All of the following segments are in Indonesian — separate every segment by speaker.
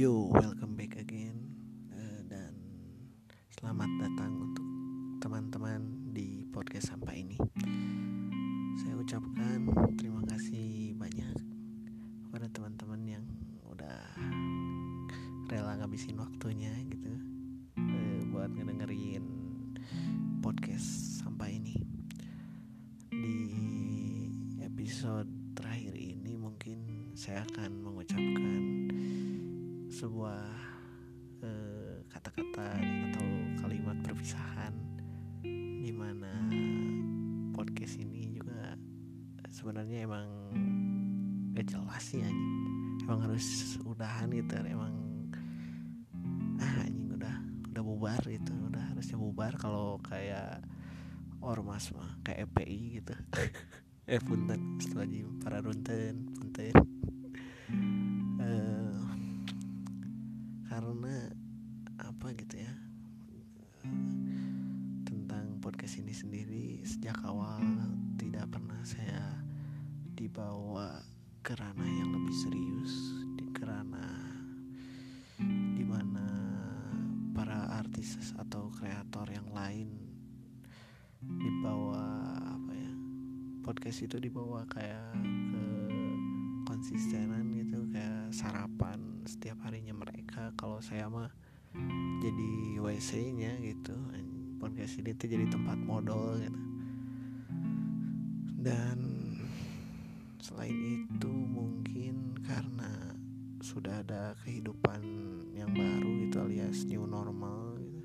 Speaker 1: Yo, welcome back again. Dan selamat datang untuk teman-teman di podcast sampah ini. Saya ucapkan terima kasih banyak kepada teman-teman yang udah rela ngabisin waktunya gitu buat ngedengerin podcast sampah ini. Di episode terakhir ini mungkin saya akan mengucapkan sebuah kata-kata atau kalimat perpisahan, di mana podcast ini juga sebenarnya emang gak jelas sih anjing. Emang harus udahan gitu, emang anjing udah bubar gitu, udah harusnya bubar kalau kayak ormas mah, kayak FPI gitu. Punten setelah para punten karena apa gitu ya, tentang podcast ini sendiri sejak awal tidak pernah saya dibawa ke ranah yang lebih serius, di ranah dimana para artis atau kreator yang lain dibawa apa ya, podcast itu dibawa kayak ke konsistenan gitu, kayak sarapan setiap harinya mereka. Kalau saya mah jadi WC-nya gitu. Podcast ini tuh jadi tempat modal gitu. Dan selain itu mungkin karena sudah ada kehidupan yang baru gitu, alias new normal gitu.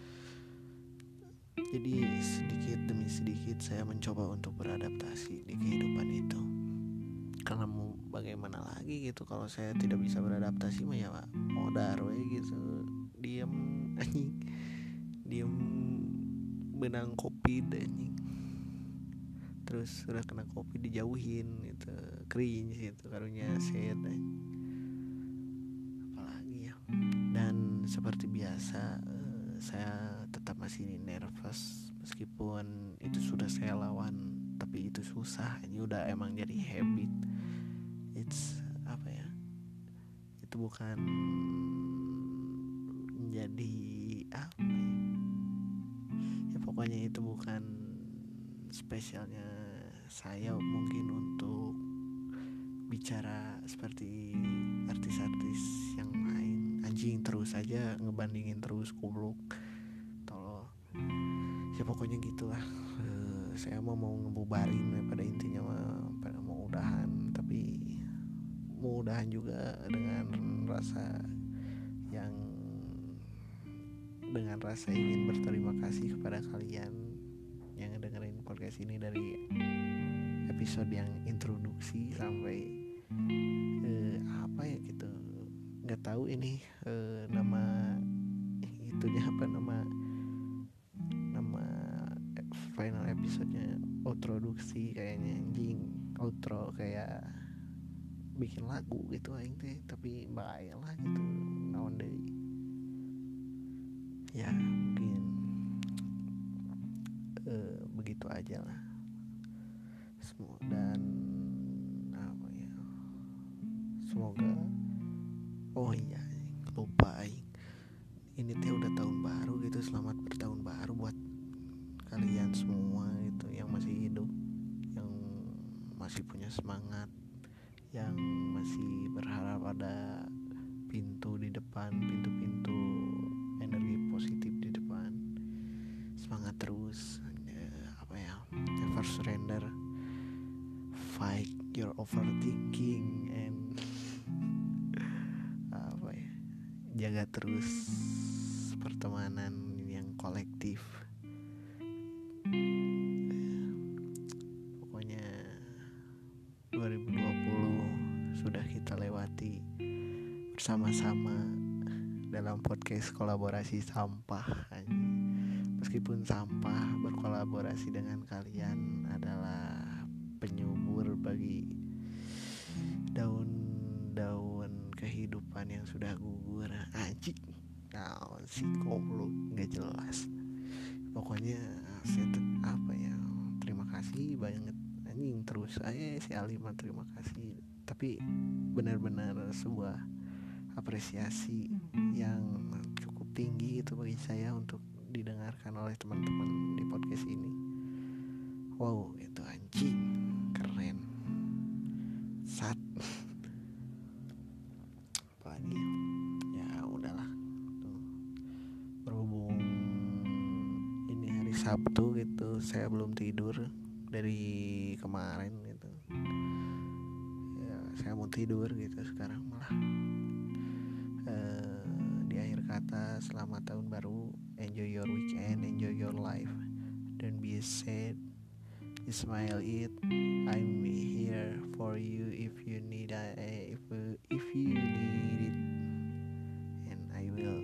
Speaker 1: Jadi sedikit demi sedikit saya mencoba untuk beradaptasi di kehidupan itu. Karena mau bagaimana lagi gitu, kalau saya tidak bisa beradaptasi mah ya modar we gitu, diem anjing, diem benang covid anjing, terus udah kena covid dijauhin gitu, cringe gitu, karunya sad apalagi ya. Dan seperti biasa saya tetap masih nervous meskipun itu sudah saya lawan, tapi itu susah, ini udah emang jadi habit. It's apa ya, itu bukan menjadi apa ya, pokoknya itu bukan spesialnya saya mungkin untuk bicara seperti artis-artis yang lain. Anjing terus aja ngebandingin terus, goblok tolol ya, pokoknya gitulah. Saya mau ngebubarin pada intinya mah, pada mau udahan, tapi mau udahan juga dengan rasa ingin berterima kasih kepada kalian yang dengerin podcast ini dari episode yang introduksi sampai apa ya gitu, nggak tahu ini nama itunya apa, nama final episodenya introduksi kayaknya, anjing outro kayak bikin lagu gitu aing teh, tapi bahaya lah gitu naon deui ya. Mungkin begitu aja lah semua. Dan apa ya, semoga oh iya lupa aing, ini teh udah tahun baru gitu. Selamat bertahun baru buat kalian semua gitu yang masih hidup, yang masih punya semangat, yang masih berharap ada pintu pintu energi positif di depan. Semangat terus, apa ya, never surrender, fight your overthinking, and apa ya, jaga terus pertemanan yang kolektif. Pokoknya 2020 sudah kita lewati bersama-sama dalam podcast kolaborasi sampah. Meskipun sampah, berkolaborasi dengan kalian adalah penyubur bagi daun-daun kehidupan yang sudah gugur. Anjing, naon sih goblok, nggak jelas. Pokoknya saya apa ya, terima kasih banget anjing. Terus saya si Alima terima kasih, tapi benar-benar sebuah apresiasi yang cukup tinggi itu bagi saya untuk didengarkan oleh teman-teman di podcast ini. Wow, itu anjing keren. Sat. Apalagi ya udahlah. Tuh. Berhubung ini hari Sabtu gitu, saya belum tidur dari kemarin gitu. Ya, saya mau tidur gitu sekarang malah. Di akhir kata selamat tahun baru, enjoy your weekend, enjoy your life, don't be sad, smile it. I'm here for you if you need if you need it, and I will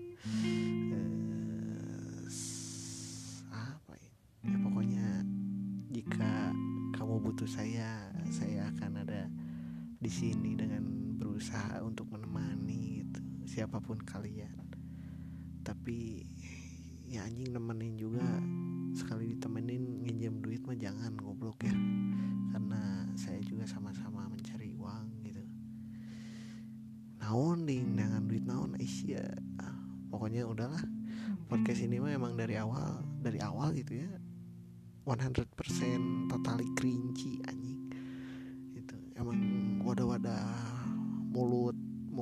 Speaker 1: apa ya? Ya pokoknya jika kamu butuh saya akan ada di sini dengan berusaha untuk menemani gitu, siapapun kalian. Tapi ya anjing nemenin juga, sekali ditemenin nginjem duit mah jangan, goblok ya, karena saya juga sama-sama mencari uang gitu. Naon ding dengan duit naon Asia. Pokoknya udahlah, podcast ini mah emang dari awal gitu ya 100% totally cringy anjing. Itu emang wadah-wadah mulut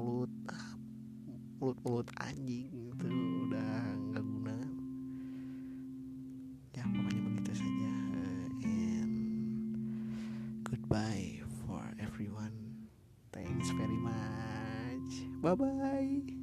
Speaker 1: anjing itu udah nggak guna. Ya pokoknya begitu saja. And goodbye for everyone. Thanks very much. Bye bye.